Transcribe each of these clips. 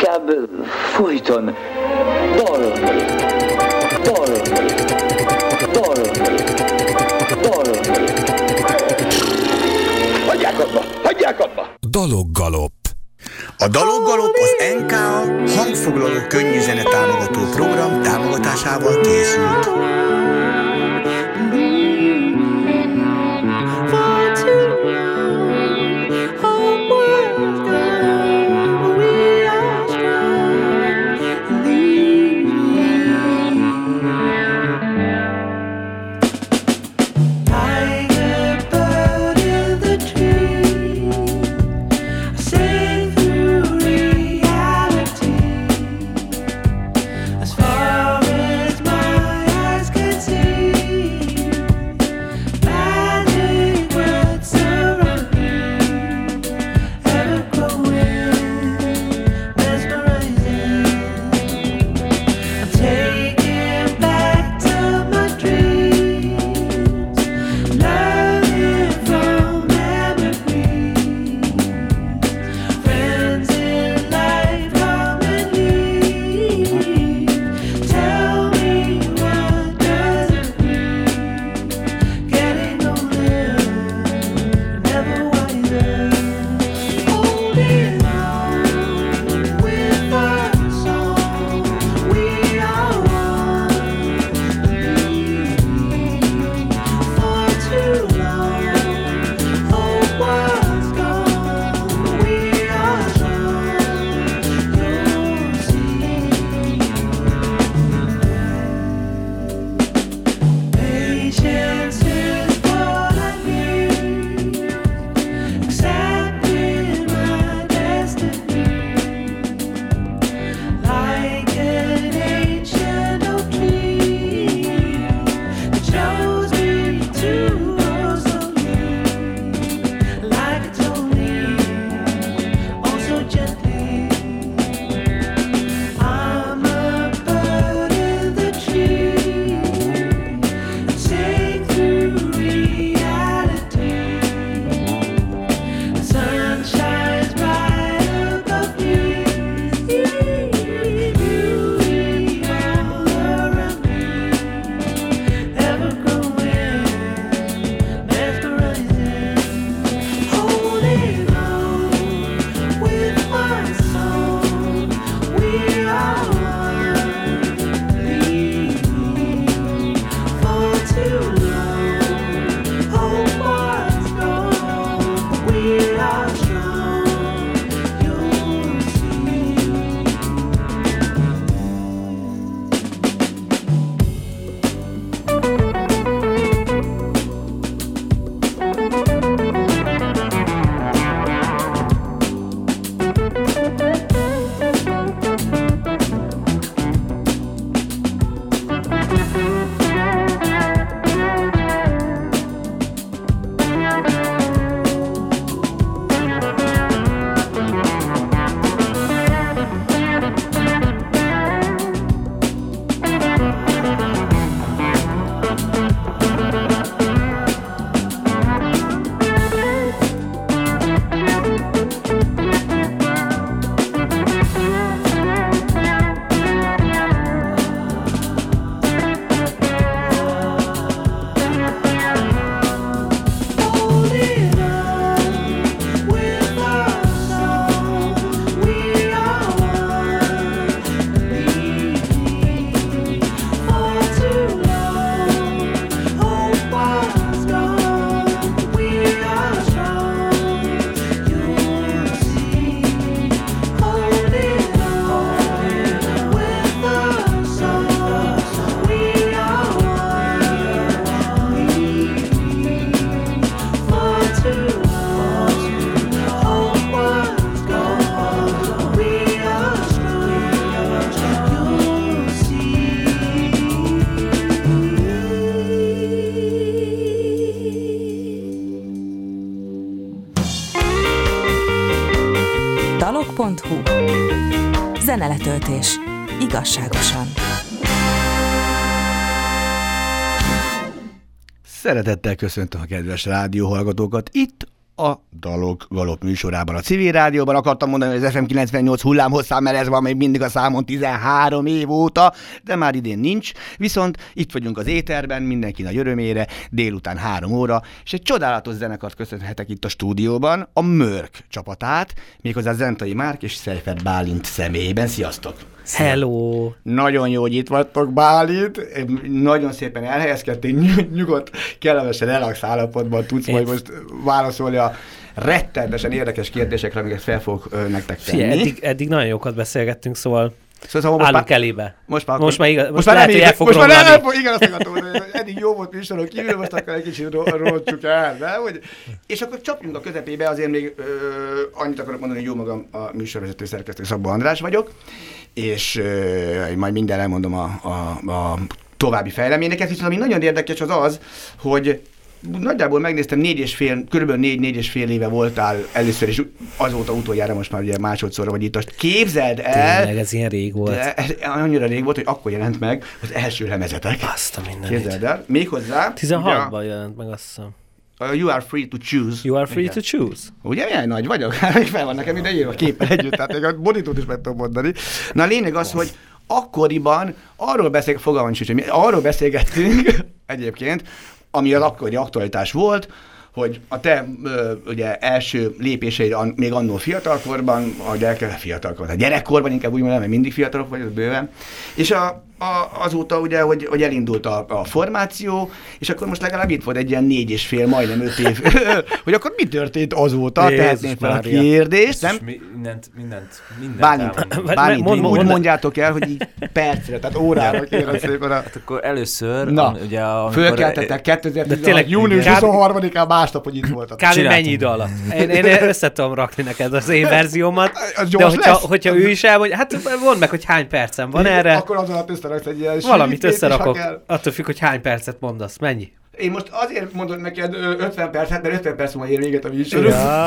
inkább folyton dal. Hagyják abba! Daloggalop. A Daloggalop az NKA hangfoglaló könnyű zene támogató program támogatásával készült. dalog.hu. Zeneletöltés. Igazságosan. Szeretettel köszöntöm a kedves rádióhallgatókat itt a Dalok Galop műsorában, a Civil Rádióban. Akartam mondani, hogy az FM 98 hullámhosszán, mert ez van még mindig a számon 13 év óta, de már idén nincs. Viszont itt vagyunk az éterben, mindenki nagy örömére, délután 3 óra, és egy csodálatos zenekart köszönhetek itt a stúdióban, a Mörk csapatát, méghozzá Zentai Márk és Seifert Bálint személyében. Sziasztok! Hello! Nagyon jó, hogy itt vagytok, Bálint. Nagyon szépen elhelyezkedtél, nyugodt, kellemesen relax állapotban tudsz majd most válaszolni a rettenetesen érdekes kérdésekre, amiket fel fogok nektek tenni. Eddig nagyon jókat beszélgettünk, szóval most állunk elébe. Most már lehet, hogy el fog romlani. Igen, azt akartam mondani, hogy eddig jó volt műsoron kívül, most akkor egy kicsit rontsuk el. De? És akkor csapjunk a közepébe, azért még annyit akarok mondani, hogy jó magam a műsorvezető szerkesztő Szabó András vagyok, és majd minden elmondom a további fejleményeket, viszont ami nagyon érdekes az, hogy nagyjából megnéztem, körülbelül 4,5 éve voltál először, és azóta utoljára most már ugye másodszorra vagy itt. Azt képzeld el... Tényleg, ez ilyen rég volt. Ez annyira rég volt, hogy akkor jelent meg az első lemezetek. Azt a mindenit. Képzeld el. Méghozzá... 16-ban jelent meg, azt hiszem. You are free to choose. You are free to choose. Ugye, milyen nagy vagyok? Fel van nekem ide írva képpel együtt, tehát még a borítót is meg tudom mondani. Na a lényeg az, hogy akkoriban arról beszélgettünk egyébként, ami az akkori aktualitás volt, hogy a te ugye első lépéseid még annól fiatalkorban, a gyerekkorban inkább úgy mondom, mert mindig fiatalok vagyok bőven, és azóta ugye, hogy elindult a formáció, és akkor most legalább itt volt egy ilyen 4,5, majdnem 5 év, hogy akkor mi történt azóta, tehetném fel a kérdést, nem? Mindent Bálint, úgy mondjátok el, hogy így percre, tehát órára kérem szépen. Hát akkor először, ugye fölkeltettek 2016. június 23-án másnap, hogy itt voltatok. Kb. Mennyi idő alatt? Én össze tudom rakni neked az én verziómat, de hogyha ő is elmondja, hát mondd meg, hogy hány percem van erre. Akkor az alatt összeraksz egy ilyen valamit összerakok, attól függ, hogy hány percet mondasz, mennyi? Én most azért mondom neked 50 percet, mert 50 perc múlva ér véget a műsor.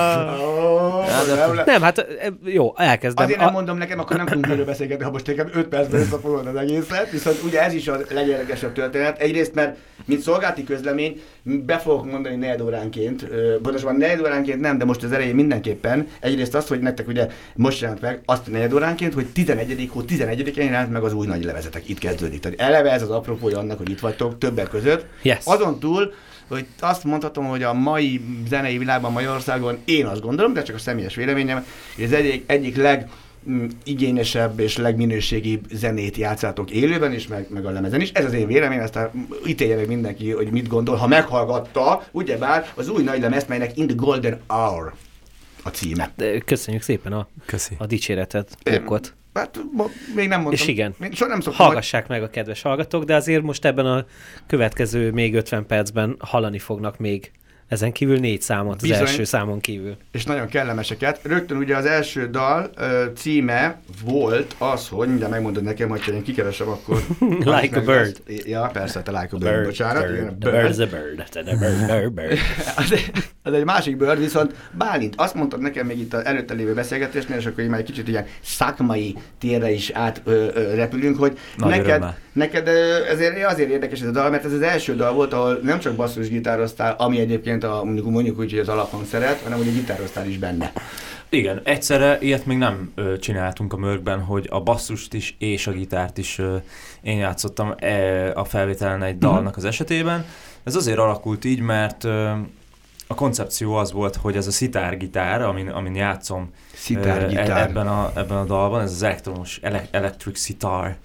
Nem, hát jó, elkezdem. Azért nem mondom nekem, akkor nem tudunk erről beszélgetni, ha most nekem 5 percben összefogod az egészet, viszont ugye ez is a legérdekesebb történet. Egyrészt, mert mint szolgálati közlemény, be fogok mondani 4 óránként, pontosabban 4 óránként nem, de most az elején mindenképpen. Egyrészt azt, hogy nektek ugye most jelent meg azt 4 óránként, hogy 11-én jelent meg az új nagy levezetek. Itt kezdődik. Tehát eleve ez az apropója annak, hogy itt vagytok többek között. Yes. Azon túl, hogy azt mondhatom, hogy a mai zenei világban Magyarországon én azt gondolom, de csak a személyes véleményem, hogy az egyik legigényesebb és legminőségibb zenét játszátok élőben is, meg a lemezen is. Ez az én véleményem, aztán ítélje meg mindenki, hogy mit gondol, ha meghallgatta, ugyebár az új nagy lemezt, melynek In the Golden Hour a címe. De köszönjük szépen a dicséretet, okot. Hát még nem mondtam. És igen, nem hallgassák meg a kedves hallgatók, de azért most ebben a következő még 50 percben hallani fognak még ezen kívül 4 számot, az első számon kívül. És nagyon kellemeseket. Rögtön ugye az első dal címe volt az, hogy mindjárt megmondod nekem, hogyha én kikeresem, akkor... Like a bird. Ja, persze, te Like a bird, bocsánat. The bird's a bird. Az egy másik bird, viszont Bálint, azt mondtad nekem még itt az előtte lévő beszélgetésnél, és akkor így már egy kicsit ilyen szakmai térre is átrepülünk, hogy neked azért érdekes ez a dal, mert ez az első dal volt, ahol nem csak basszusgitároztál, ami egyébként mondjuk úgy, hogy az alaphangszeret, hanem hogy gitároztál is benne. Igen, egyszerre ilyet még nem csináltunk a Mörkben, hogy a basszust is és a gitárt is én játszottam a felvételen egy dalnak az esetében. Ez azért alakult így, mert a koncepció az volt, hogy ez a szitárgitár, amin játszom ebben a dalban, ez az elektromos electric sitar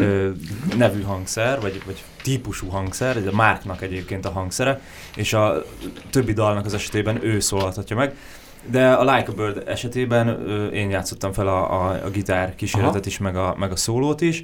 nevű hangszer, vagy típusú hangszer, ez a Marknak egyébként a hangszere, és a többi dalnak az esetében ő szólaltatja meg. De a Like a Bird esetében én játszottam fel a gitár kísérletet is, meg a szólót is.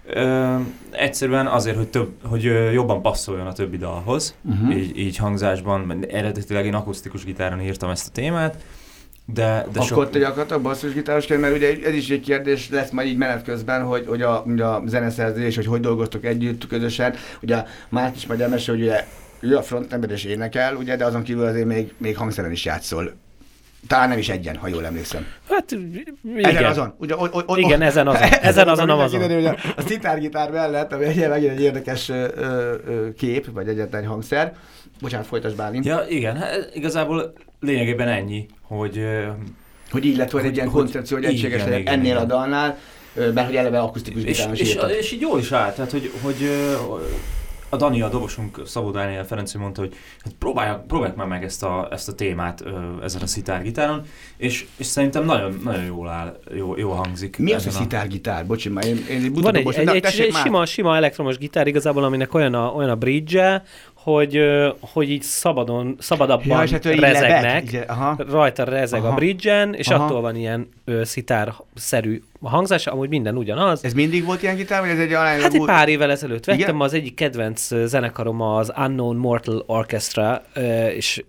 Egyszerűen azért, hogy jobban passzoljon a többi dalhoz, így hangzásban. Eredetileg én akusztikus gitáron írtam ezt a témát, de akkor te gyakorlatilag basszusgitárosként, mert ugye ez is egy kérdés lesz majd így menet közben, hogy a zeneszerzés, hogy dolgoztok együtt közösen. Ugye Márk is majd elmesél, hogy ugye ő a frontember és énekel, ugye, de azon kívül azért még hangszeren is játszol. Talán nem is egyen, ha jól emlékszem. Hát, igen. Ezen azon. Ugye, igen, ezen azon. A szitárgitár mellett, ami megint egy érdekes kép, vagy egyetlen hangszer, Bocsánat, folytasd, Bálint. Ja, igen, hát igazából lényegében ennyi, hogy így lett volna egy ilyen koncepció, hogy egységes ennél a dalnál, mert hogy eleve akusztikus gitáros írtak. És így jól is állt, tehát hogy a Dani, a dobosunk, Szabó Dániel Ferenci mondta, hogy hát próbálják már meg ezt a témát ezen a szitárgitáron, és szerintem nagyon, nagyon jól áll, jól hangzik. Mi az a szitárgitár? Bocsi, már én van egy sima elektromos gitár igazából, aminek olyan a bridge-e, hogy így szabadabban rezegnek, rajta rezeg a bridge-en, és attól van ilyen szitár-szerű hangzás, amúgy minden ugyanaz. Ez mindig volt ilyen gitár, vagy ez egy aránylag Hát egy pár évvel ezelőtt vettem, az egyik kedvenc zenekarom az Unknown Mortal Orchestra, és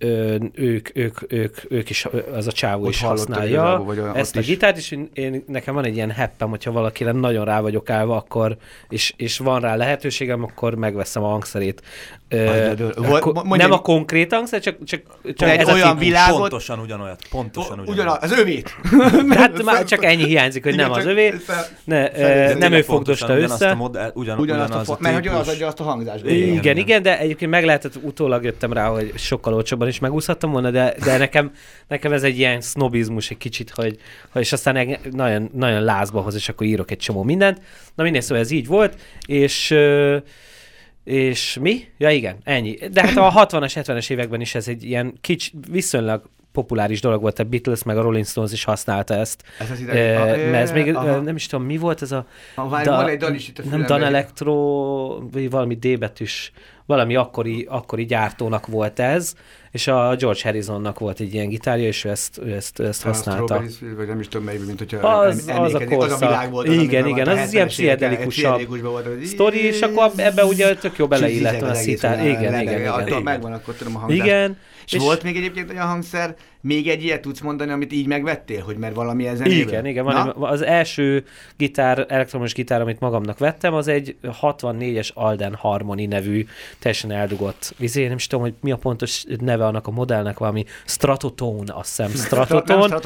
ők is, az a csávó is használja ezt a gitárt, és nekem van egy ilyen heppem, hogyha valakire nagyon rá vagyok állva, akkor, és van rá lehetőségem, akkor megveszem a hangszerét. Nem a konkrét hangszer, csak ez olyan világot. Pontosan ugyanolyat. Az övét. Hát már csak ennyi hiányzik, hogy nem az övé. Nem ő fogdosta össze. Mert hogy az adja azt a hangzást. Igen, de egyébként meg lehetett, utólag jöttem rá, hogy sokkal olcsóbban is megúszhattam volna, de nekem ez egy ilyen sznobizmus egy kicsit, hogy és aztán nagyon, nagyon lázba hoz, és akkor írok egy csomó mindent. Na mindegy, szóval ez így volt, és mi? Ja igen, ennyi. De hát a 60-as, 70-es években is ez egy ilyen viszonylag populáris dolog volt, a Beatles meg a Rolling Stones is használta ezt. Mert ez még, nem is tudom, mi volt ez a... Nem Dan Electro, vagy valami D betűs, valami akkori gyártónak volt ez, és a George Harrisonnak volt egy ilyen gitárja, és ő ezt használta. Vagy nem is tudom melyikben, mint hogyha az a korszak. Igen, az ilyen pszichédelikusabb sztori, és akkor ebbe ugye tök jó beleillett a szitár. Igen. Megvan, akkor tudom a hangzást. Igen. És volt még egyébként olyan hangszer, még egy ilyet tudsz mondani, amit így megvettél, hogy mert valamilyen zenében? Igen. Az első elektromos gitár, amit magamnak vettem, az egy 64-es Alden Harmony nevű, teljesen eldugott nem is tudom, hogy mi a pontos neve annak a modellnek, valami Stratotone, azt hiszem. Stratotone.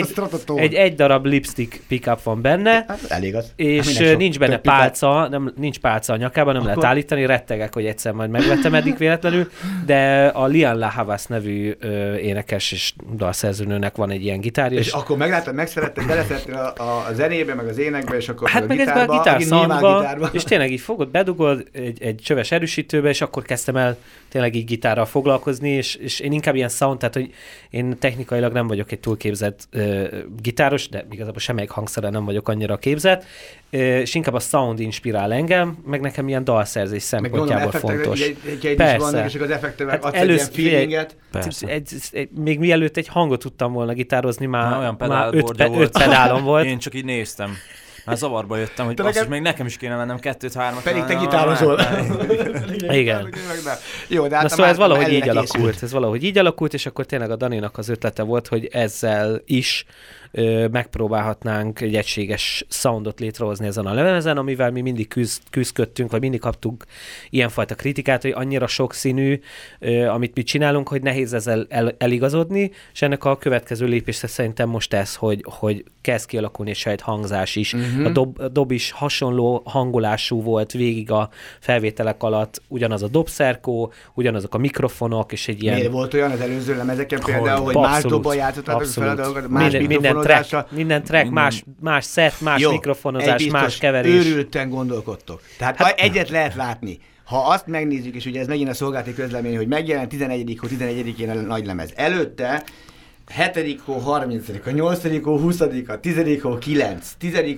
Egy darab lipstick pickup van benne. Hát, elég az. És nincs benne pálca, nincs pálca a nyakában, nem lehet állítani, rettegek, hogy egyszer majd megvettem eddig véletlenül, de a Lian La Havas nevű énekes és dalszerzőnőnek van egy ilyen gitárja. És akkor megszeretted, beleszerettél a zenébe, meg az énekbe, és akkor hát a meg gitárba, a gitárszandba, és tényleg így bedugod egy csöves erősítőbe, és akkor kezdtem el tényleg így gitárral foglalkozni, és én inkább ilyen sound, tehát hogy én technikailag nem vagyok egy túlképzett gitáros, de igazából semmelyik hangszerrel nem vagyok annyira képzett, és inkább a sound inspirál engem, meg nekem ilyen dalszerzés szempontjából fontos. Persze. És az effektek adsz egy ilyen feelinget. Még mielőtt egy hangot tudtam volna gitározni, már olyan 5 pedálom volt. Én csak így néztem. Már zavarba jöttem, hogy azt még nekem is kéne vennem 2-3-at. Pedig te gitározol. Igen. Jó, de hát szóval ez valahogy így alakult, és akkor tényleg a Daninak az ötlete volt, hogy ezzel is megpróbálhatnánk egy egységes soundot létrehozni ezen a lemezen, amivel mi mindig küzdködtünk, vagy mindig kaptunk ilyenfajta kritikát, hogy annyira sokszínű, amit mi csinálunk, hogy nehéz ezzel eligazodni, és ennek a következő lépése szerintem most ez, hogy kezd kialakulni egy saját hangzás is. A dob is hasonló hangolású volt végig a felvételek alatt, ugyanaz a dobszerkó, ugyanazok a mikrofonok, és egy ilyen... Miért volt olyan az előző lemezeken például, hogy más dobban játszottátok fel a dolgokat, más minden track, más set, más mikrofonozás, más keverés. Őrülten gondolkodtok. Tehát egyet lehet látni. Ha azt megnézzük, és ugye ez megint a szolgálati közlemény, hogy megjelent 11-én a nagy lemez. Előtte 7. hó 30. a 8. hó 20. a 10. hó 9.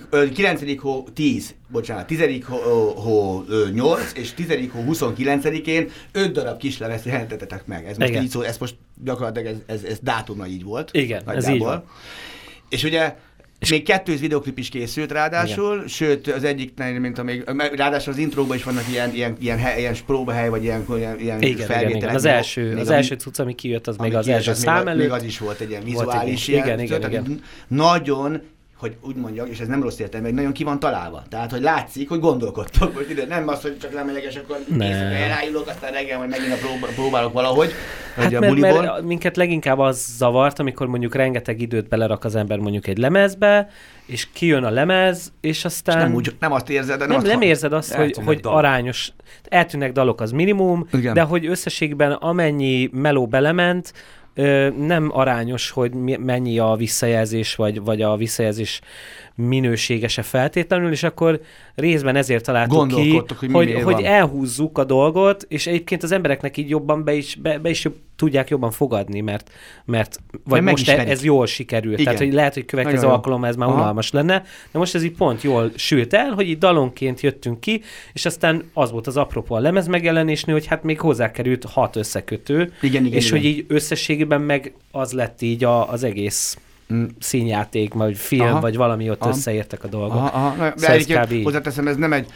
9. hó 10. Bocsánat, 10. hó 8 és 10. hó 29-én 5 darab kislemezt jelentettetek meg. Ez most így szól, ez most gyakorlatilag ez dátumra így volt. Igen, nagyjából. Ez így van. És ugye még 2 videoklip is készült ráadásul, igen. Sőt az egyiknél, mint amíg, ráadásul az intróban is vannak ilyen próbahely, vagy ilyen felvételek. Igen. Az első cucc, ami kijött, az még az első szám előtt. Még az is volt egy ilyen vizuális ilyen. Igen. Nagyon hogy úgy mondjak, és ez nem rossz értelme, nagyon ki van találva. Tehát, hogy látszik, hogy gondolkodtok, hogy ide nem az, hogy csak lemegyek, és akkor éjszaka ráillok, aztán reggel majd megint próbálok valahogy. Hát mert minket leginkább az zavart, amikor mondjuk rengeteg időt belerak az ember mondjuk egy lemezbe, és kijön a lemez, és aztán... És nem azt érzed, de nem érzed azt, hogy arányos. Eltűnnek dalok, az minimum, igen. De hogy összességben amennyi meló belement, nem arányos, hogy mennyi a visszajelzés, vagy a visszajelzés minősége-e feltétlenül, és akkor részben ezért találtuk ki, hogy elhúzzuk a dolgot, és egyébként az embereknek így jobban be is tudják jobban fogadni, mert vagy most ez jól sikerült. Igen. Tehát, hogy lehet, hogy következő alkalommal ez már unalmas lenne, de most ez így pont jól sült el, hogy így dalonként jöttünk ki, és aztán az volt az apropó a lemez megjelenésnél, hogy hát még hozzákerült 6 összekötő, és hogy így összességében meg az lett így az egész színjáték, vagy film, vagy valami ott összeértek a dolgok. De egyébként hozzáteszem, ez nem egy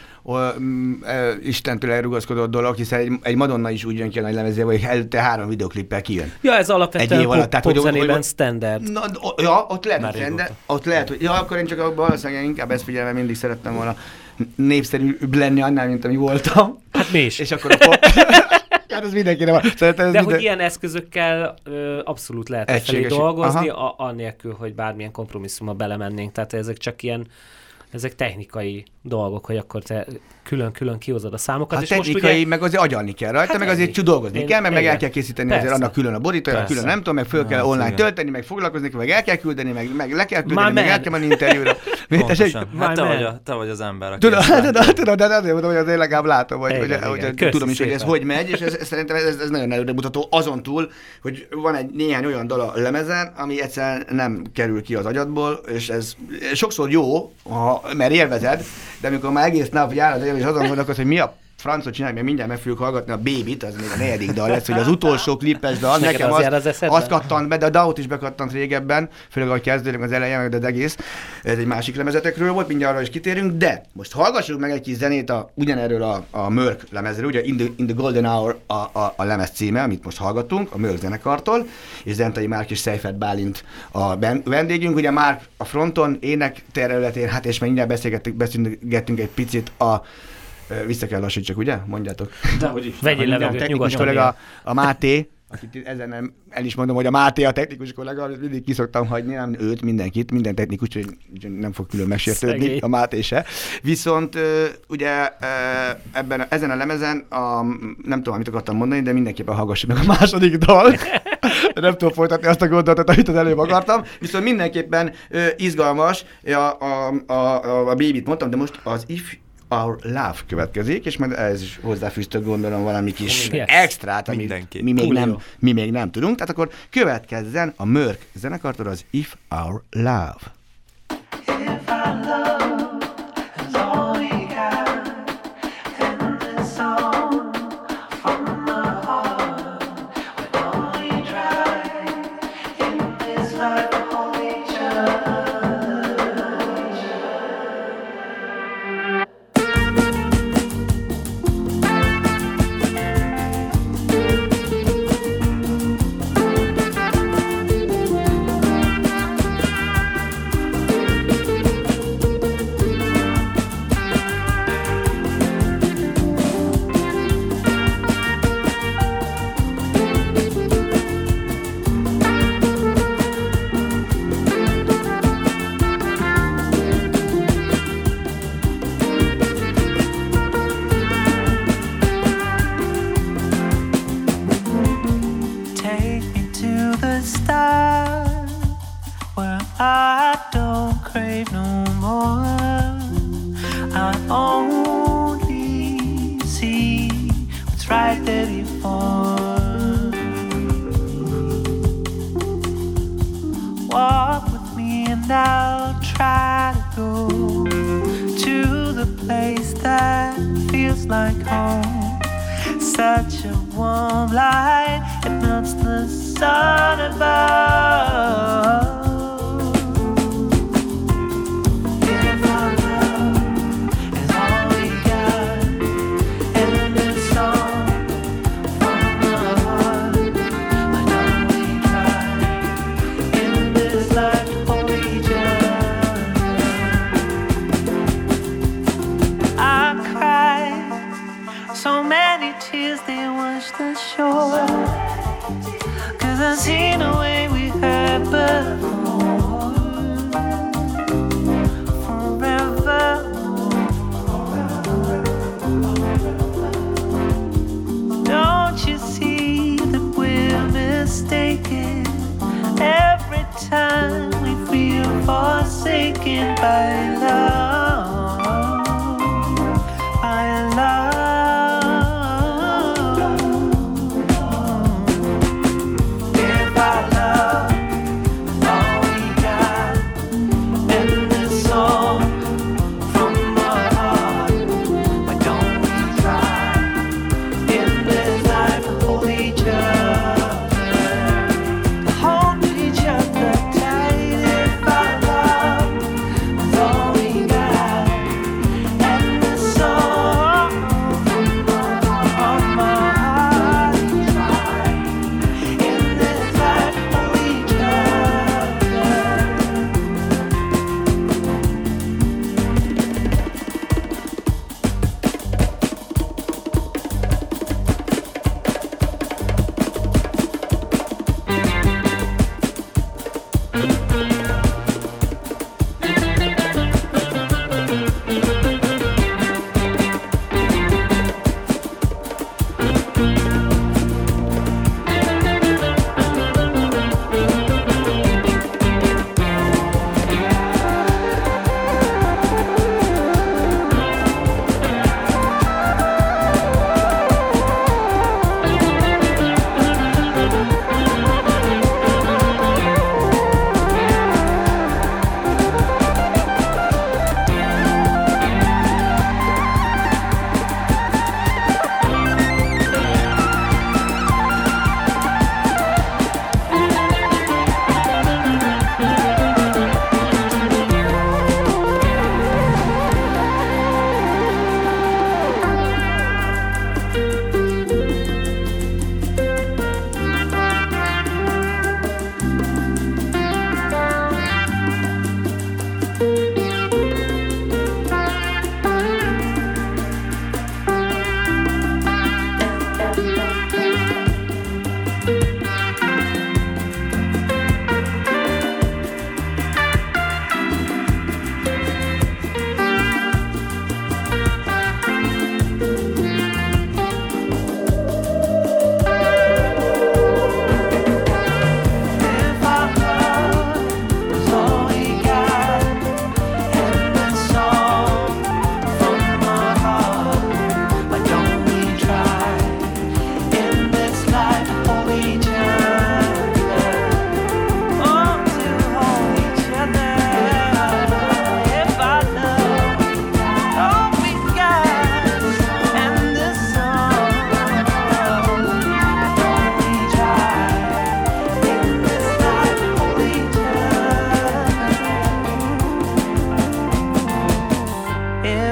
Istentől elrugaszkodott dolog, hiszen egy Madonna is úgy jön ki a nagy lemezével, hogy előtte 3 videoklippel kijön. Ja, ez alapvetően popzenében standard. Ott lehet, hogy akkor én csak valószínűleg inkább ezt figyelve mindig szerettem volna népszerűbb lenni annál, mint ami voltam. Hát mi is. És akkor hát ez mindenkire van. De hogy ilyen eszközökkel abszolút lehet felé dolgozni, annélkül, hogy bármilyen kompromisszumba belemennénk. Tehát ezek technikai dolgok, hogy akkor te külön kihozod a számokat. Hát technikai, ugye... meg azért agyalni kell rajta, meg azért dolgozni kell, meg el kell készíteni azért annak külön a borítója, külön nem tudom, meg föl kell online tölteni, meg foglalkozni, meg el kell küldeni, meg le kell küldeni, meg el kell menni interjúra. Hát te vagy az ember, aki tudom, de azért mondom, hogy azért legalább látom, hogy tudom is, hogy ez hogy megy, és szerintem ez nagyon előremutató azon túl, hogy van egy néhány olyan dal a lemezen, ami egyszerűen nem kerül ki az agyadból, és ez sokszor jó, mert élvezed, de amikor már egész nap járod, és azon gondolkodsz, hogy mi a francot csinálni, mert mindjárt meg fogjuk hallgatni a Baby-t, az még a 4. dal lesz, hogy az utolsó klippes dal, nekem az kattant be, de a Daut is bekattant régebben, főleg ahogy kezdődik az elején, de az egész, ez egy másik lemezetekről volt, mindjárt arra is kitérünk, de most hallgassuk meg egy kis zenét ugyanerről a Mörk lemezről, ugye In the Golden Hour a lemez címe, amit most hallgatunk, a Mörk zenekartól, és Zentai Márk és Seifert Bálint a vendégünk, ugye Márk a fronton, ének területén, hát és mindjárt beszélgettünk egy picit vissza kell lassítsak, ugye? Mondjátok. Dehogy is. Vegyél levegőt, nyugodtan. Kollega, a Máté, akit ezen el is mondom, hogy a Máté a technikus kollega, amit mindig kiszoktam hagyni, nem őt, minden technikus, hogy nem fog külön megsértődni, a Máté se. Viszont ugye ezen a lemezen, nem tudom, amit akartam mondani, de mindenképpen hallgassuk meg a második dal. Nem tudom folytatni azt a gondolatot, amit az előbb akartam. Viszont mindenképpen izgalmas, a Baby-t mondtam, de most az If Our Love következik, és majd ez is hozzáfűztök gondolom valami kis extrát, amit mi még nem tudunk. Tehát akkor következzen a Mörk zenekartól az If Our Love.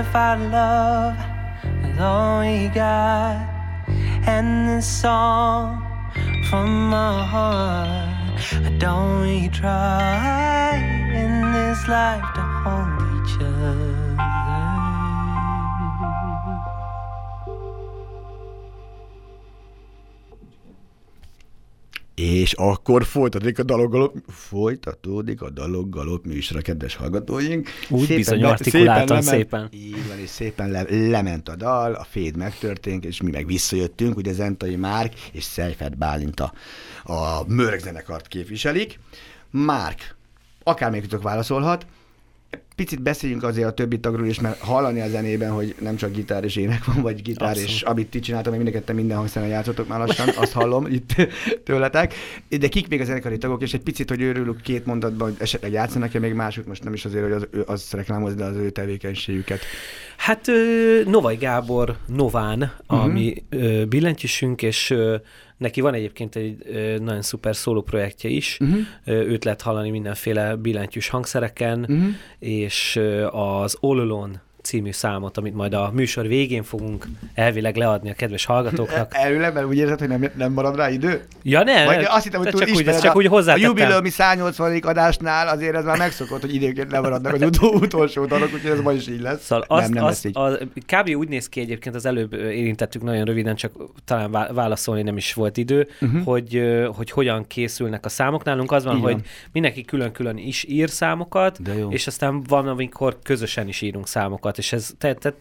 if our love is all we got, and this song from my heart, don't we try in this life to hold each other? És akkor folytatódik a daloggalop műsora, kedves hallgatóink. Úgy bizony, artikuláltan szépen. Így van, és szépen lement a dal, a féd megtörtént, és mi meg visszajöttünk, ugye Zentai Márk és Seifert Bálint a Mörk zenekart képviselik. Márk, akármelyikütök válaszolhat. Picit beszéljünk azért a többi tagról is, mert hallani a zenében, hogy nem csak gitár és ének van, vagy gitár Abszolút. és amit ti csináltam, hogy mind a ketten minden hangszeren játszottok már lassan, azt hallom itt tőletek. De kik még a zenekari tagok, és egy picit, hogy őrülük két mondatban, hogy esetleg játszanak-e még mások, most nem is azért, hogy azt reklámozni, de az ő tevékenységüket. Hát Novai Gábor Nován, ami billentyűsünk, és neki van egyébként egy nagyon szuper szóló projektje is. Őt lehet hallani mindenféle billentyűs hangszereken, és az All Alone című számot, amit majd a műsor végén fogunk elvileg leadni a kedves hallgatóknak. Elvileg, mert úgy érzed, hogy nem marad rá idő? Ja, nem. Vagy azt hittem, hogy csak úgy hozzátettem. A jubileumi 180. adásnál azért ez már megszokott, hogy időként lemaradnak az utolsó dalok, úgyhogy ez ma is így lesz. Szóval nem lesz így. Kb. Úgy néz ki egyébként, az előbb érintettük nagyon röviden, csak talán válaszolni nem is volt idő, hogy hogyan készülnek a számok. Nálunk az van, Igen. hogy mindenki külön-külön is ír számokat, és aztán van, amikor közösen is írunk számokat, és ez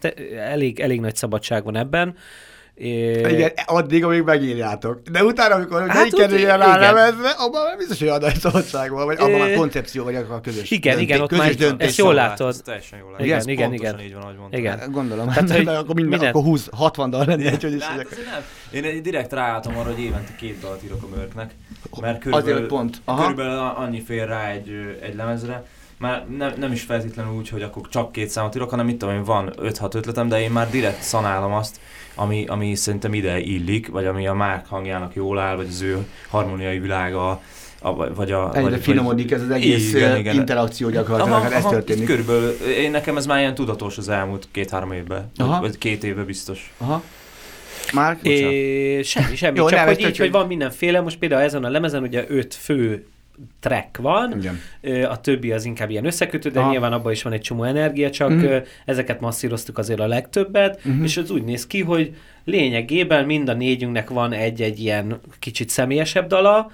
elég nagy szabadság van ebben. Igen, addig, amíg megírjátok. De utána, amikor Hát kerüljön rá lemezre, abban már biztos, hogy adás szabadság van, vagy abban már koncepció, vagy a közös Igen, ott már döntés. ezt jól látod. Ez teljesen jól látod. Igen. Pontosan így van, ahogy mondtad. Igen. Gondolom, Tehát, hogy akkor 60 dal lenne, hogy is Hát azért nem. Én direkt ráálltam arra, hogy évente 2 dalt írok a Mörknek, mert Azért pont. körülbelül annyi fér rá egy lemezre. Már nem is feltétlenül úgy, hogy akkor csak 2 számot írok, hanem mit tudom én, van 5-6 ötletem, de én már direkt szanálom azt, ami szerintem ide illik, vagy ami a Márk hangjának jól áll, vagy az ő harmóniai világa, Egyre finomodik ez az egész interakció gyakorlatilag, hát ez történik. Körülbelül, nekem ez már ilyen tudatos az elmúlt 2-3 évben, vagy 2 évben biztos. Aha. Márk? Semmi, Jó, csak hogy így, hogy van mindenféle, most például ezen a lemezen ugye 5 fő track van, igen. A többi az inkább ilyen összekötő, de nyilván abban is van egy csomó energia, csak ezeket masszíroztuk azért a legtöbbet, és az úgy néz ki, hogy lényegében mind a négyünknek van egy ilyen kicsit személyesebb dala,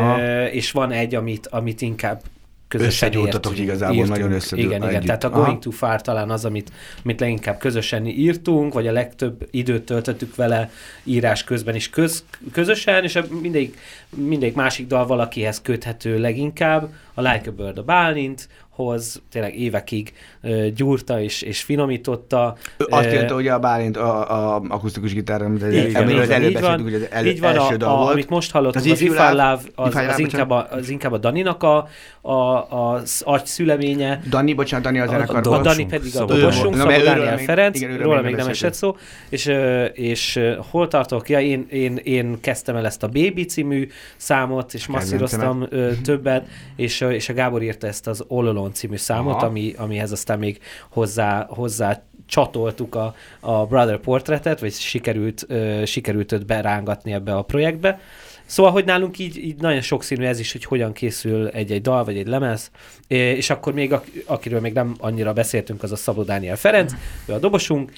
és van egy, amit inkább közösen összegyújtatok igazából, nagyon Igen, tehát a Going Too Far talán az, amit leginkább közösen írtunk, vagy a legtöbb időt töltöttük vele írás közben is közösen, és mindegyik másik dal valakihez köthető leginkább. A Like a Bird a Bálinthoz, tényleg évekig gyúrta és finomította. Azt írta ugye a Bálint a akusztikus gitárra, amiről az előbb beszéltünk, hogy az első dal volt. Amit most hallottunk, az If I Love, az inkább a Daninak az agyszüleménye. Dani a zenekarban. A Dani pedig a dobosunk, Szabó Dániel Ferenc, róla még nem esett szó. És hol tartok? Ja, én kezdtem el ezt a Baby című számot, és masszíroztam többet, és a Gábor írta ezt az All Alone című számot, amihez aztán még hozzá csatoltuk a Brother Portraitet, vagy sikerült őt berángatni ebbe a projektbe. Szóval, hogy nálunk így nagyon sokszínű ez is, hogy hogyan készül egy dal, vagy egy lemez, és akkor még, akiről még nem annyira beszéltünk, az a Szabó Dániel Ferenc, ő a dobosunk,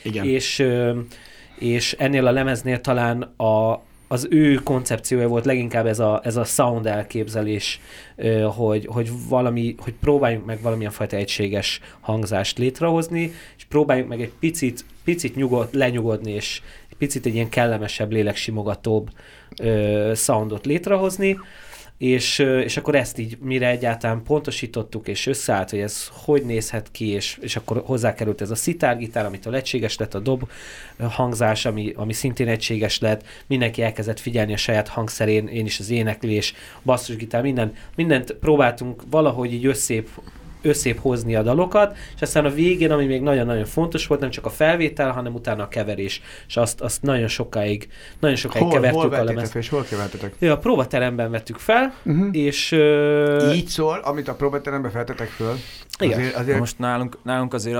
és ennél a lemeznél talán az ő koncepciója volt leginkább ez a sound elképzelés, hogy próbáljunk meg valamilyen fajta egységes hangzást létrehozni, és próbáljunk meg egy picit lenyugodni, és egy picit egy ilyen kellemesebb, léleksimogatóbb soundot létrehozni, és akkor ezt így mire egyáltalán pontosítottuk, és összeállt, hogy ez hogy nézhet ki, és akkor hozzákerült ez a szitárgitár, amitől egységes lett a dob hangzás, ami szintén egységes lett, mindenki elkezdett figyelni a saját hangszerén, én is az éneklés, basszusgitár, mindent próbáltunk valahogy így összép hozni a dalokat, és aztán a végén, ami még nagyon-nagyon fontos volt, nem csak a felvétel, hanem utána a keverés, és azt nagyon sokáig kevertük a lemezt. És hol kevertetek? Ja, a próbateremben vettük fel, és... Így szól, amit a próbateremben feltetek föl. Igen. Azért... Most nálunk azért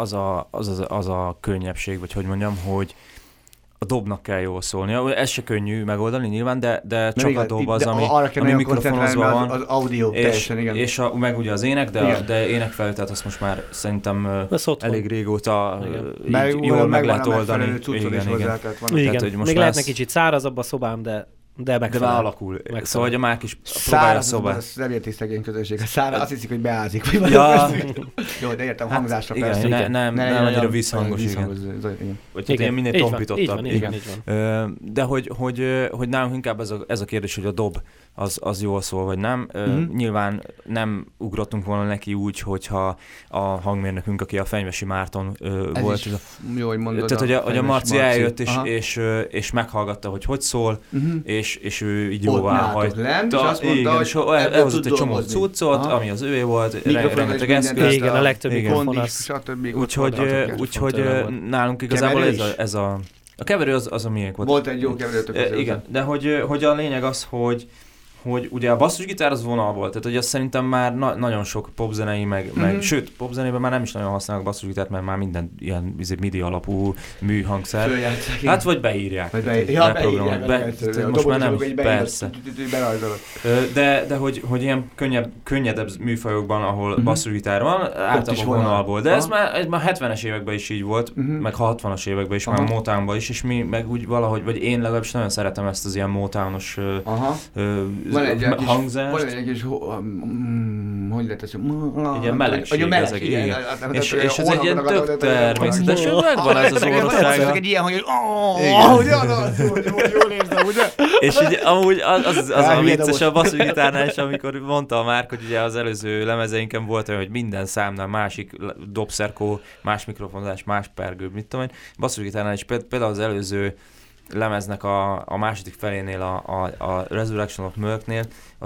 az a könnyebbség, vagy hogy mondjam, hogy a dobnak kell jól szólni. Ez se könnyű megoldani nyilván, de csak a dob az, ami mikrofonozva van. Az audio teljesen, igen. És meg ugye az ének, de énekfelvételt azt most már szerintem elég régóta jól meg lehet oldani. Igen. Még lehetne kicsit szárazabb a szobám, de megfelel. De alakul. Szóval, hogy a Márk is próbálja a szobát. Ez nem érti szegény közönség. Azt hiszik, hogy beázik. Jó, de értem, hangzásra persze. Igen, nem annyira visszhangos. Vagy ilyen minél tompítottabb. Így van. De hogy nálunk inkább ez a kérdés, hogy a dob az jól szól, vagy nem. Nyilván nem ugrottunk volna neki úgy, hogyha a hangmérnökünk, aki a Fenyvesi Márton volt. Jó, hogy mondod. Tehát, hogy a Marci eljött, és meghallgatta, hogy szól, és ő így jóvá hagyta. És azt mondta, hogy elhozott egy csomó cuccot, ami az övé volt, rengeteg eszköz. Igen, a legtöbb mikrofon az. Úgyhogy nálunk igazából ez a keverő az a miénk volt. Volt egy jó keverőtök. Igen, de hogy a lényeg az, hogy ugye a basszusgitár az vonal volt, tehát hogy azt szerintem már nagyon sok popzenei, meg sőt, popzenében már nem is nagyon használnak basszusgitárt, mert már minden ilyen MIDI alapú műhangszer. Hát vagy beírják. Most már nem, persze. De hogy ilyen könnyedebb műfajokban, ahol basszusgitár van, általában vonalból. De ez már 70-es években is így volt, meg 60-as években is, már Motownban is, és mi meg úgy valahogy, vagy én legalábbis nagyon szeretem ezt az ilyen Motownos hangzás. Van egy kis, hogy lehet ez? Ilyen melegség ezek. És ez egy ilyen tök természetes, megvan ez az orvossága. Egy ilyen, hogy jól érzem, ugye? És így amúgy az a vicces a basszusgitárnál is, amikor mondta a Márk, hogy ugye az előző lemezeinken volt olyan, hogy minden számnál másik dobszerkó, más mikrofonzás, más pergő, mit tudom én. Basszusgitárnál is például az előző lemeznek a második felénél, a Resurrection of Murknél,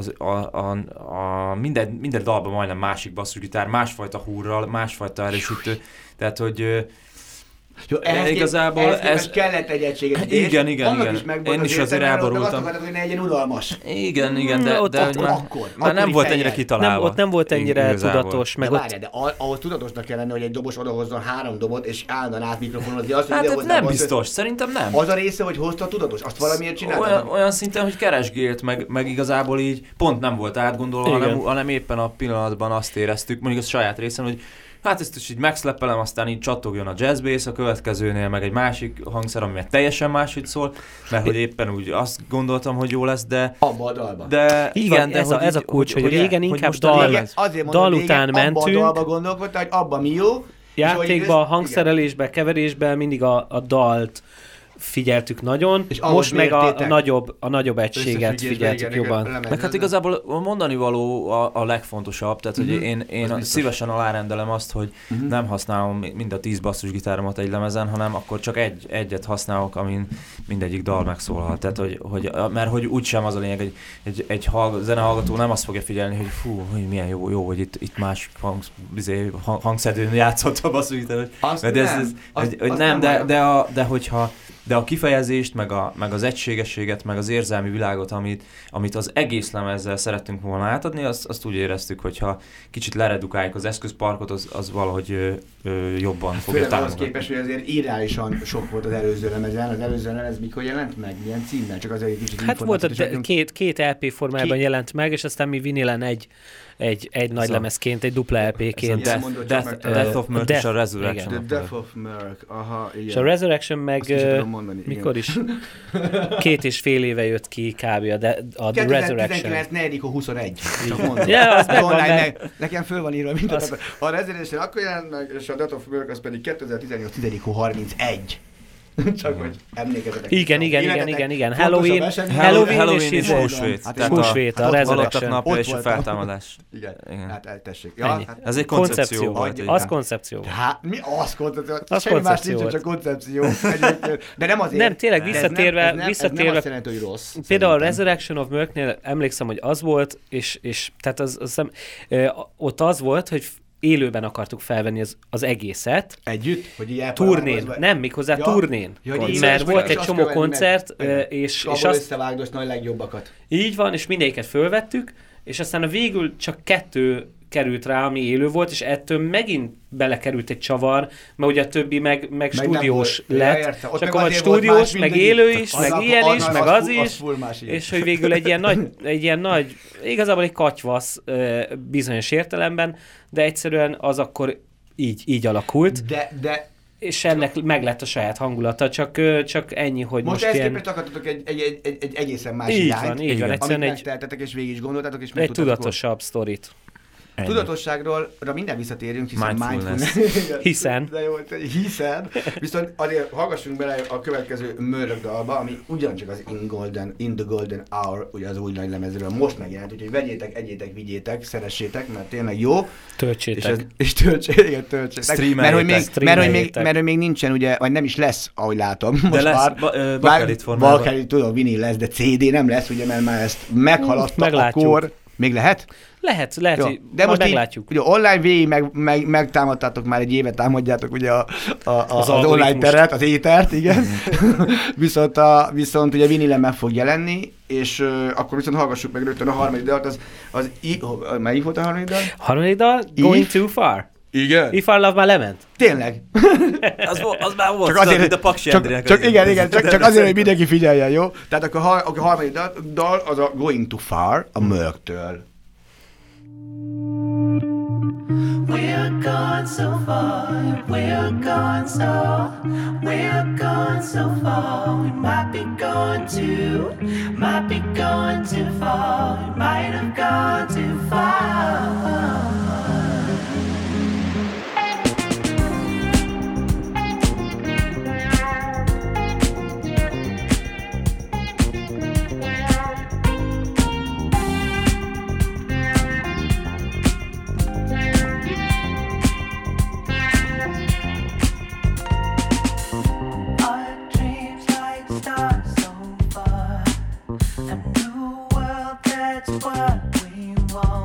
minden dalban majdnem másik basszusgitár, másfajta húrral, másfajta erősítő, tehát hogy jó, igazából ez kellett egy egységes. Igen. Én is azért elborultam. Hogy ne legyen unalmas. Igen, de már nem volt ennyire kitalálva. Ott nem volt ennyire tudatos. De várjál, de ahhoz tudatosnak kell lenni, hogy egy dobos odahozzon 3 dobot, és állandóan átmikrofonozni azt, hogy hát nem biztos, szerintem nem. Az a része, hogy hozta tudatos, azt valamiért csinálta. Olyan szinten, hogy keresgélt, meg igazából így pont nem volt átgondolva, hanem éppen a pillanatban azt éreztük, mondjuk a saját részen, hogy hát ezt is így megszleppelem, aztán így csattogjon a jazz bass, a következőnél meg egy másik hangszer, ami meg teljesen máshogy szól, mert hogy éppen úgy azt gondoltam, hogy jó lesz, de... Abba a dalba. De igen, de ez a kulcs, hogy régen inkább dal után mentünk. Abba a dalba gondolkodtál, hogy abba mi jó. Játékba, hangszerelésbe, keverésbe mindig a dalt figyeltük nagyon, és most meg a nagyobb egységet figyeltük jobban. Meg hát igazából a mondani való a legfontosabb, tehát hogy én szívesen alárendelem azt, hogy nem használom mind a 10 basszusgitáromat egy lemezen, hanem akkor csak egyet használok, amin mindegyik dal megszólhat. Tehát, mert hogy úgysem az a lényeg, egy zenehallgató nem azt fogja figyelni, hogy fú, hogy milyen jó, hogy itt más hangszedőn játszott a basszusgitár. De a kifejezést, meg az egységességet, meg az érzelmi világot, amit az egész lemezzel szerettünk volna átadni, azt úgy éreztük, hogyha kicsit leredukáljuk az eszközparkot, az valahogy jobban fogja támogatni. Főleg ahhoz képest, hogy azért irreálisan sok volt az előző lemezen. Az előző lemez mikor jelent meg? Milyen címmel? Csak azért egy kicsit hát volt két LP formájában jelent meg, és aztán mi vinilen egy nagy lemezként, egy dupla LP-ként. Death of Murk és a Resurrection. The Death of Murk, aha, igen. És a Resurrection meg mikor is? 2,5 éve jött ki kb. A Resurrection. 2019-4-21. Csak mondom. Ja, az megvan, nekem föl van írva mindent. A Resurrection akkor jelent meg, és a Death of Murk az pedig 2018-10-31. Csak hogy emlékezetek. Igen. Halloween és húsvét, a Resurrection. Napja és a feltámadás. Igen. Hát tessék. Ez egy koncepció volt. Az koncepció. Hát mi az koncepció? Semmi más nincs, csak koncepció. De nem azért. Nem, tényleg visszatérve. Nem azt jelenti, hogy rossz. Például a Resurrection of Murknél emlékszem, hogy az volt, és tehát ott az volt, hogy élőben akartuk felvenni az egészet. Együtt? Hogy turnén. Nem, méghozzá turnén. Mert volt egy csomó koncert, és abból összevágdos nagy legjobbakat. Így van, és mindegyiket fölvettük, és aztán a végül csak 2 került rá, ami élő volt, és ettől megint belekerült egy csavar, mert ugye a többi meg stúdiós lett. És akkor volt stúdiós, meg élő is, meg ilyen is, meg az is, és hogy végül egy ilyen nagy, igazából egy katyvasz bizonyos értelemben, de egyszerűen az akkor így alakult. De és ennek meg lett a saját hangulata, csak ennyi, hogy most ezt ilyen... képest akartatok egy egészen más irányt, így van, amit megteltetek, és végig is gondoltátok, és egy tudatosabb sztorit. Ennyi. Tudatosságról minden visszatérünk, hiszen mindfulness. Hiszen. Viszont azért hallgassunk bele a következő Murdoch dalba, ami ugyancsak az In the Golden Hour, ugye az új nagy lemezről most megjelent, úgyhogy vegyétek, egyétek, vigyétek, szeressétek, mert tényleg jó. Töltsétek. És töltsétek. Mert hogy még nincsen, ugye, vagy nem is lesz, ahogy látom. Most de lesz, bakelit formában. Bakelit, tudom, vinil lesz, de CD nem lesz, ugye, mert már ezt meghaladta a kor. Még lehet? Lehet, jó, de most meglátjuk. Ugye online végig megtámadtátok, már egy éve támadjátok ugye az online teret, az étert, igen. viszont ugye vinilen meg fog jelenni, és akkor viszont hallgassuk meg rögtön a harmadik dalt, melyik volt a harmadik dal? Harmadik dal? Going Too Far. Igen. If Our Love már lement. Tényleg. az már volt, csak azért, a Paksi Endrének. Csak azért, hogy mindenki figyeljen, jó? Tehát akkor a harmadik dal az a Going Too Far, a Murdoch-től. We're gone so far, we're gone so far, we might be gone too far, we might have gone too far. What we want.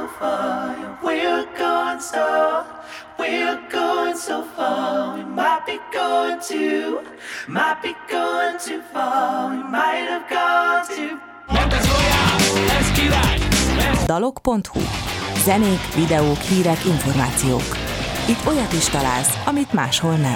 so far, we're going so far, we might be going too far, we might have gone too. Dalok.hu. Zenék, videók, hírek, információk. Itt olyat is találsz, amit máshol nem.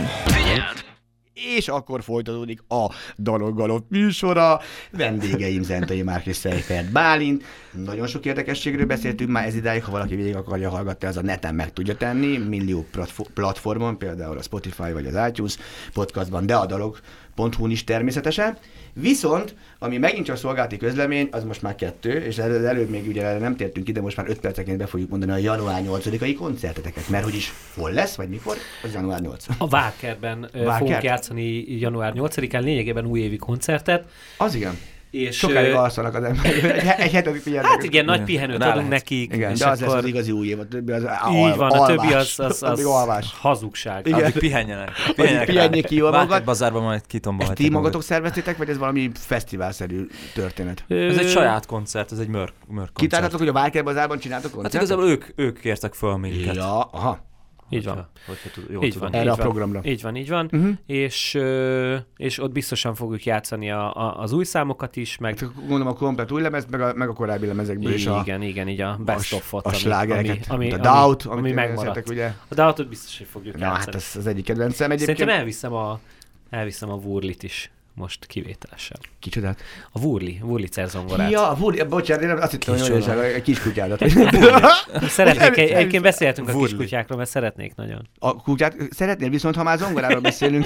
És akkor folytatódik a Dalok Galop műsora. Vendégeim Zentai Márk és Seifert Bálint. Nagyon sok érdekességről beszéltünk már ez idáig, ha valaki végig akarja hallgatni, az a neten meg tudja tenni, millió platformon, például a Spotify vagy az iTunes podcastban, de a Dalok.hu-n is természetesen. Viszont, ami megint csak szolgálati közlemény, az most már 2, és előbb még ugye nem tértünk ide, most már 5 perceként be fogjuk mondani a január 8-ai koncerteteket, mert hogy is hol lesz, vagy mikor? Az január 8. A Várkertben fogunk játszani január 8-án, lényegében újévi koncertet. Az igen. És sokáig alszanak az emberek. Egy hetedik pihennek. Hát igen, nagy pihenőt adunk nekik. Igen, és de az akkor... lesz az igazi új év, a többi az így van, a többi az alvás. Hazugság. Addig pihenjenek. Pihenjék ki jól magad. Bazárban majd kitombolhatják. Ti magatok szerveztétek, vagy ez valami fesztiválszerű történet? Ez egy saját koncert, ez egy mörk koncert. Kitártatok, hogy a Várker Bazárban csináltok koncertet? Hát igazából ők kértek fel minket. Ja, aha. Így van. Így van. Erre a programra. Így van. És ott biztosan fogjuk játszani az új számokat is, meg... Hát, gondolom a komplet új lemez, meg a korábbi lemezekből is Igen, így a best of-ot, a slágereket, ami Doubt, ami megmaradt. Ugye? A Doubt-ot biztos, hogy fogjuk játszani. Hát ez az egyik kedvencem egyébként. Szerintem elviszem a Wurlit is most kivételesen. Kicsodát? A Wurlitzer zongorát. Ja, a Wurli, bocsánat, én azt hittem, hogy a kiskutyádat. Szeretnék, egyébként beszéltünk a kiskutyákról, mert szeretnék nagyon. A kutyát szeretnél, viszont ha már zongoráról beszélünk,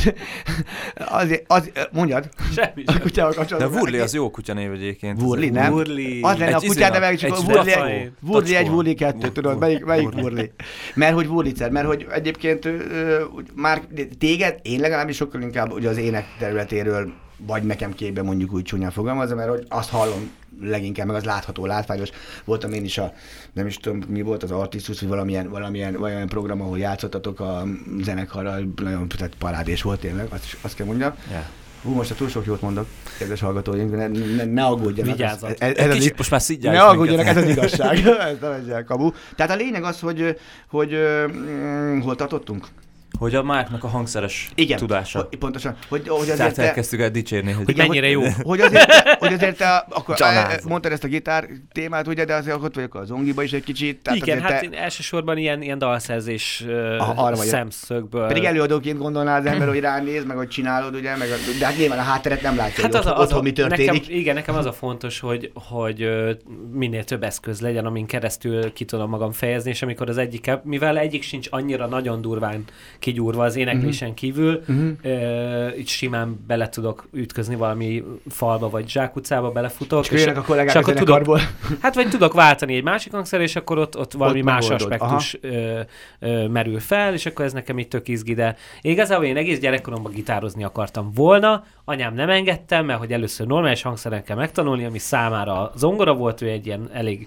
mondjad. Semmi. A kutyával kapcsolatban. De Wurli az jó kutyanév egyébként. Wurli, nem? Wurli. Az lenne a kutyát, de meg csak Wurli 1, Wurli 2, tudod, melyik Wurli? Mert hogy Wurlitzer, mert hogy egyébként már téged, én legalábbis sokkal inkább ugye az ének területéről vagy nekem képben mondjuk úgy csúnyán fogalmazza, mert hogy azt hallom leginkább, meg az látható, látványos. Voltam én is nem is tudom, mi volt az Artistus, vagy valamilyen program, ahol játszottatok a zenekarral, nagyon parádés volt tényleg, azt kell mondjam. Yeah. Most túl sok jót mondok, kedves hallgatóink, ne aggódjanak. Vigyázzat. Most már szidják. Ne aggódjanak, ez az igazság. Ez nem egy kamu. Tehát a lényeg az, hogy hol tartottunk? Hogy a Márknak a hangszeres tudása. Pontosan. Hogy azért tehát elkezdtük el dicsérni, hogy mennyire jó. Hogy azért te akkor mondtad ezt a gitár témát, ugye, de azért ott vagyok a zongiba is egy kicsit. Tehát igen, hát én elsősorban ilyen dalszerzés szemszögből. Pedig előadóként gondolná az ember, hogy ránéz, meg hogy csinálod, ugye, de hát nyilván a hátteret nem látja, hát hogy otthon mi történik. Nekem az a fontos, hogy minél több eszköz legyen, amin keresztül ki tudom magam fejezni, és amikor az mivel egyik sincs annyira nagyon durván kigyúrva az éneklésen kívül, így simán bele tudok ütközni valami falba, vagy zsákutcába belefutok. És jönnek a kollégák a zenekarból. Hát vagy tudok váltani egy másik hangszer, és akkor ott valami más aspektus merül fel, és akkor ez nekem így tök izgi, de igazából én egész gyerekkoromban gitározni akartam volna, anyám nem engedtem, mert hogy először normális hangszeren kell megtanulni, ami számára zongora volt, ő egy ilyen elég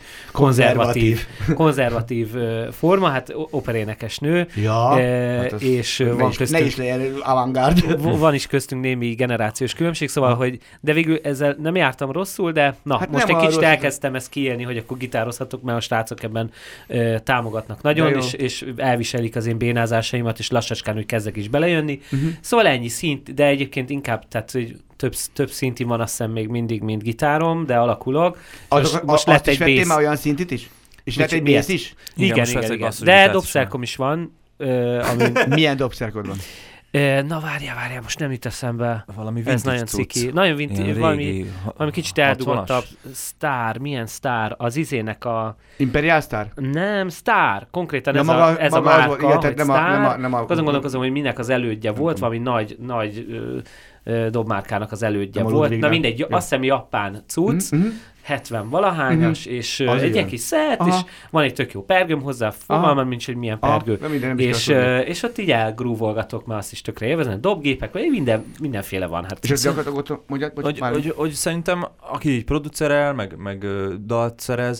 konzervatív forma, hát operénekes nő. Ja, és van köztünk... Ne is legyen avantgárd. Van is köztünk némi generációs különbség, szóval, hogy de végül ezzel nem jártam rosszul, de hát most egy kicsit elkezdtem ezt kiélni, hogy akkor gitározhatok, mert a srácok ebben támogatnak nagyon, és elviselik az én bénázásaimat, és lassacskán úgy kezdek is belejönni. Szóval ennyi szint, de egyébként inkább, tehát hogy több szinti van, azt hiszem még mindig, mint gitárom, de alakulok. Most lett egy bass. Már olyan szintit is? És lett egy bass is? Igen. De dobszerkom is van. Milyen dobszerkod van? Na várjál, most nem jut eszembe. Valami ez nagyon ciki. Nagyon vintage, valami kicsit eldugottabb. Milyen sztár? Az izének a... Imperial Star? Nem, Star. Konkrétan ez a márka, hogy Star. Azon gondolkozom, hogy minek az elődje volt, valami nagy dobmárkának az elődje volt. Na mindegy, azt hiszem japán cucc, 70 valahányas, és egy ilyen kis szett, és van egy tök jó pergőm hozzá, fogalmam nincs, hogy milyen pergő. És ott így elgrúvolgatok, mert azt is tökre élvezem, dobgépek, vagy mindenféle van. Hát, és ezt gyakorlatilag hogy szerintem, aki így producerel, meg dalt szerez,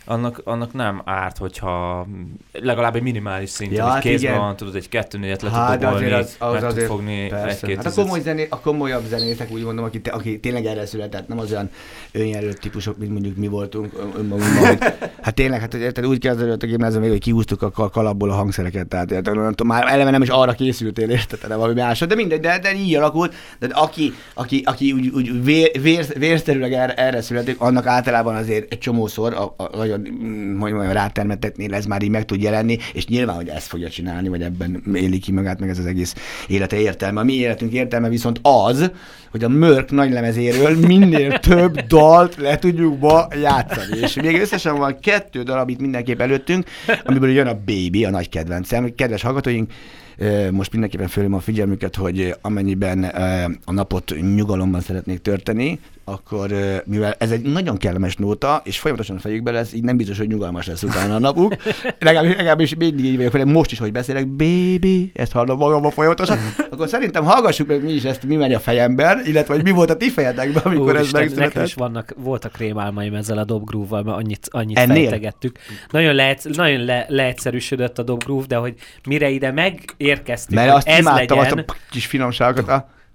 annak nem árt, hogyha legalább egy minimális szinten, hogy kézben van, tudod, egy 2-4-et le tud dobolni, meg tud fogni egy-két. Hát a komolyabb zenészek, úgy mondom, aki tényleg erre született, nem az olyan önjelölt típusok, mint mondjuk mi voltunk önmagunkban, hogy hát tényleg, hát érted, úgy kezdődött a gimnázium, hogy kihúztuk a kalapból a hangszereket, tehát érted, már eleve nem is arra készültél, érted, hanem valami másra, de mindegy, de így alakult, de aki úgy vérszerűleg erre születik, annak általában azért egy csomószor nagyon rátermettetnél, ez már így meg tud jelenni, és nyilván, hogy ezt fogja csinálni, vagy ebben éli ki magát, meg ez az egész élete értelme. A mi életünk értelme viszont az, hogy a Mörk nagylemezéről minél több dalt le tudjuk ma játszani. És még összesen van 2 dal, amit mindenképp előttünk, amiből jön a Baby, a nagy kedvencem. Kedves hallgatóink, most mindenképpen fölém a figyelmüket, hogy amennyiben a napot nyugalomban szeretnék tölteni, akkor mivel ez egy nagyon kellemes nóta, és folyamatosan a fejükben lesz, így nem biztos, hogy nyugalmas lesz utána a napuk. Legalábbis mindig így vagyok, most is, hogy beszélek, baby, ezt hallom magamban folyamatosan, akkor szerintem hallgassuk meg mi is ezt, mi megy a fejemben, illetve hogy mi volt a ti fejetekben, amikor ez megszületett. Nekem is voltak rémálmaim ezzel a dobgroove-val, mert annyit fejtegettük. Nagyon leegyszerűsödött a dobgroove, de hogy mire ide megérkeztünk, mert hogy azt ez imádtam, legyen... azt a kis finomságokat,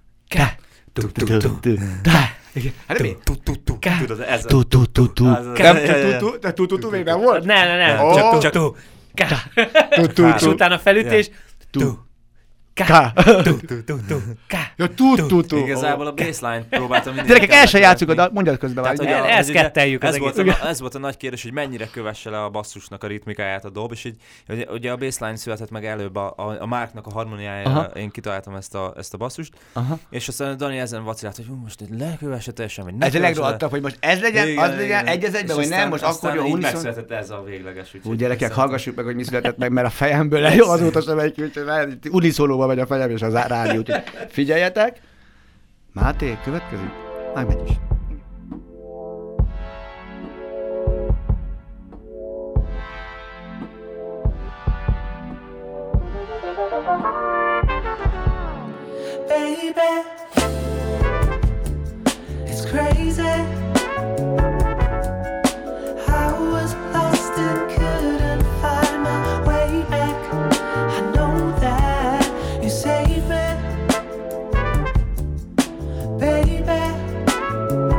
Hát mi? Tudod, ez Tu még nem volt? Nem. Csak és utána felütés. Igazából a baseline próbáltam mindig. Gyerekek, el se játsszuk oda, mondjad közben már. Elszketteljük az egész. Ez volt a nagy kérdés, hogy mennyire kövesse le a basszusnak a ritmikáját a dob, és így, ugye a baseline született meg előbb a Marknak a harmóniájára, én kitaláltam ezt a basszust, és aztán Dani ezen vacilált, hogy most lekövesse teljesen, vagy ne ez a legrohadtabb, hogy most ez legyen, az legyen, egy az egyben, vagy nem, most akkor jó, uniszon. Megszületett ez a végleges. Úgy gyerekek, hallgassuk meg, hogy mi született meg, mert a fejemből jó, azóta sem egy uniszólóban megy a fejem és az rádió, úgyhogy figyeljetek. Máté, következik? Már megy is. Baby, it's crazy. I was lost and couldn't find my way back. I know that you saved me, baby.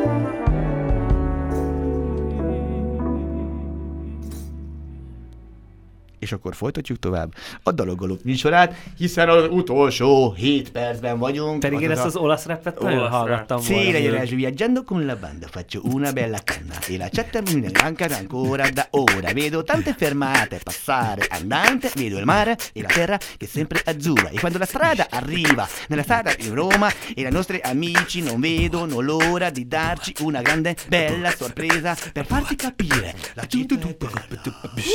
És akkor folytatjuk tovább a Dalogolók műsorát, hiszen az utolsó 7 percben vagyunk. Pedig én ezt az olasz rappet nagyon hallgattam volna. Sì, legyen viaggiando con la banda, faccio una bella canna e la chatta mi manca ancora da ora. Vedo tante fermate passare andante, vedo il mare e la terra che è sempre azzurra. E quando la strada arriva nella strada di Roma e i nostri amici non vedono l'ora di darci una grande bella sorpresa per farci capire la città è bella.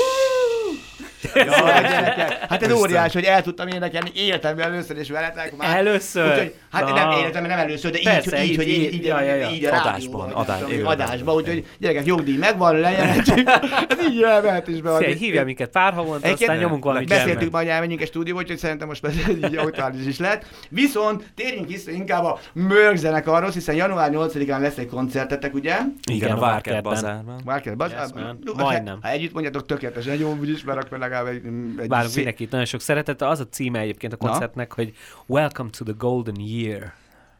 Jaj, gyerekek, hát ez óriás, hogy el tudtam énekelni életemben először és veletek már. Először? Úgyhogy, hát nem életemben nem először, de persze, így, hogy így a adásban, adásban, úgyhogy gyerekek, jogdíj megvan, lejelentjük, ez így elmehet is be. Hívjál minket pár havonta, aztán nyomunk valami jammet. Beszéltük majd, elmenjünk egy stúdióba, úgyhogy szerintem most így aktuális is lehet. Viszont térjünk vissza inkább a Mörk zenekarhoz, hiszen január 8-án lesz egy koncertetek, ugye? Igen, a Várkert Bazárban. Várkert Bazárban? Majdnem. Ha együtt mondjátok, tökéletesen jó, úgyis, mert akkor legalább egy várunk mindenkit nagyon sok szeretettel. Az a címe egyébként a koncertnek, hogy Welcome to the Golden Year.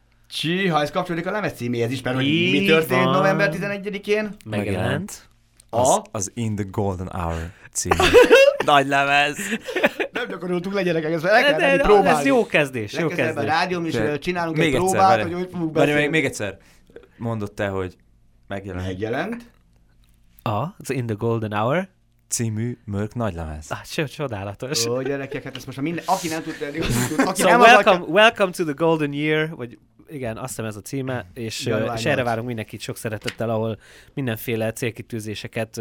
Ha ez kapcsolódik a lemez címéhez is, mert hogy mi történt november 11-én? Megjelent. Az In the Golden Hour cím. Nagy lemez. Nem gyakoroltunk le, gyerekek, ezt el kell menni próbálni. Ez jó kezdés, jó kezdés. A rádióm is csinálunk egy próbát, hogy hogy fogunk beszélni. Még egyszer. Mondod te, hogy megjelent. Az In the Golden Hour című Mörk nagylemez. Csodálatos. Ó, gyerekek, hát ezt most aki nem tudta eddig, aki so nem welcome to the Golden Year, vagy igen, azt hiszem ez a címe, és erre várunk mindenkit sok szeretettel, ahol mindenféle célkitűzéseket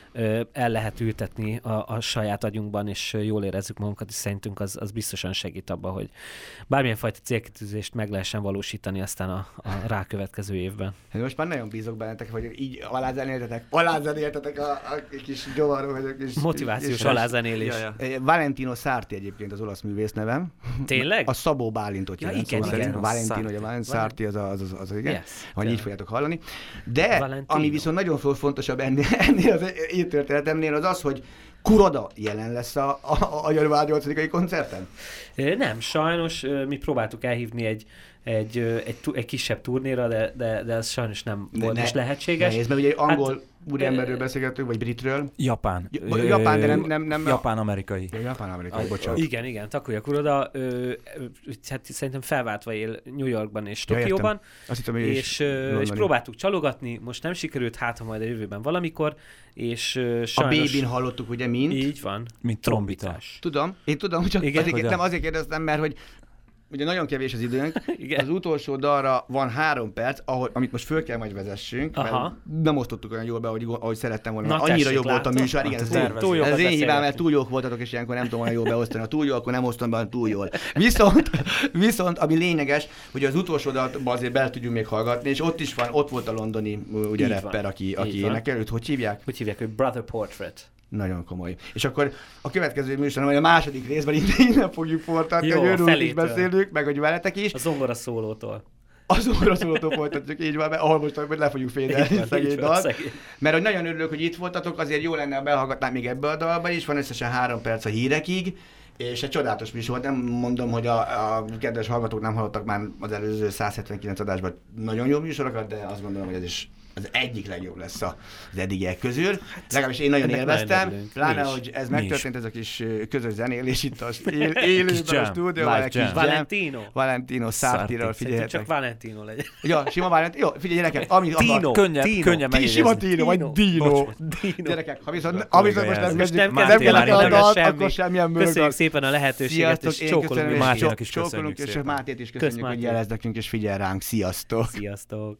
el lehet ültetni a saját agyunkban, és jól érezzük magunkat, és szerintünk az biztosan segít abban, hogy bármilyen fajta célkitűzést meg lehessen valósítani aztán a rákövetkező évben. Most már nagyon bízok bennetek, hogy így alázenéltetek a kis gyovaró, vagy a kis... Motivációs alázenélés. Valentino Sarti egyébként az olasz művész nevem. Tényleg? A Szabó Bálintot jelent. Igen. Valentino, Sarti az igen, yes, hogy így fogjátok hallani. De Valentino. Ami viszont nagyon fontosabb ennél az én történetemnél az, hogy Kuroda jelen lesz a január 8-ai koncerten? Nem, sajnos mi próbáltuk elhívni egy kisebb turnéra, de ez sajnos nem volt is lehetséges. Nehéz, mert ugye angol úriemberről beszélgetünk, vagy britről. Japán, de nem japán-amerikai. Japán-amerikai, bocsánat. Igen, Takuya Kuroda, hát szerintem felváltva él New Yorkban és Tokióban, és próbáltuk csalogatni, most nem sikerült, ha majd a jövőben valamikor, és sajnos... A Babyn hallottuk, ugye, mint? Így van. Mint trombitás. Én tudom, csak azért kérdeztem, mert hogy ugye nagyon kevés az időnk, az utolsó dalra van 3 perc, amit most föl kell majd vezessünk, mert nem osztottuk olyan jól be, ahogy szerettem volna. Annyira jobb volt a műsor, igen, ez én hibám, mert túl jók voltatok, és ilyenkor nem tudom olyan jól beosztani. Ha túl jó, akkor nem osztom be túl jól. Viszont ami lényeges, hogy az utolsó dalt azért bele tudjuk még hallgatni, és ott volt a londoni ugye rapper, aki énekel, őt hogy hívják? Hogy hívják, hogy Brother Portrait. Nagyon komoly. És akkor a következő műsorban, vagy a második részben innen fogjuk folytatni, hogy őről is beszélünk, meg hogy veletek is. A zongora szólótól. A zongora szólótól folytatjuk, így van, ahol most le fogjuk fédelni szegény dalt. Mert hogy nagyon örülök, hogy itt voltatok, azért jó lenne, ha belehallgatnánk még ebbe a dalba is, van összesen 3 perc a hírekig, és egy csodálatos műsor volt. Nem mondom, hogy a kedves hallgatók nem hallottak már az előző 179 adásban nagyon jó műsorokat, de azt gondolom, hogy ez is az egyik legjobb lesz az eddigiek közül. Legalábbis én nagyon élveztem. Pláne, hogy ez megtörtént, ez a kis közös zenélés itt az élőben a stúdióban. Valentino Sartiról, figyeljetek. Csak Valentino legyen. Ja, sima Valentino. Jó, figyelj gyerekek, amit Tino, könnyebb sima Tino, vagy Dino. Gyerekek, ha viszont most nem kezdjük, nem kell a dalt, akkor semmilyen mörg. Köszönjük szépen a lehetőséget, és csókolunk Máténak is köszönjük szépen. És Mátét is köszönjük, hogy jelez nekünk, és figyel ránk. Sziasztok! Sziasztok!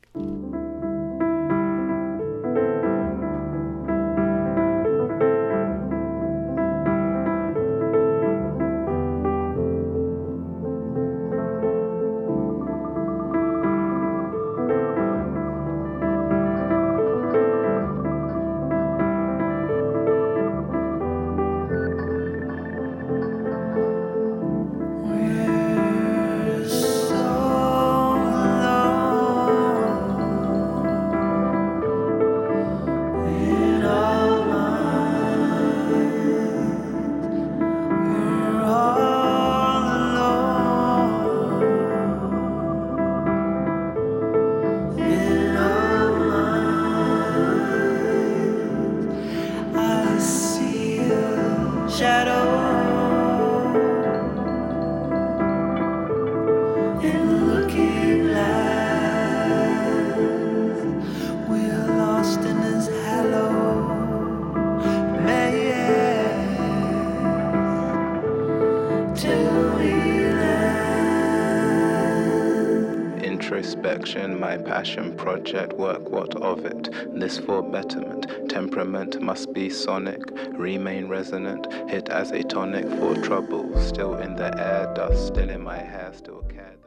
destruction, my passion project, work what of it? This for betterment, temperament must be sonic, remain resonant, hit as a tonic for trouble, still in the air, dust still in my hair, still care.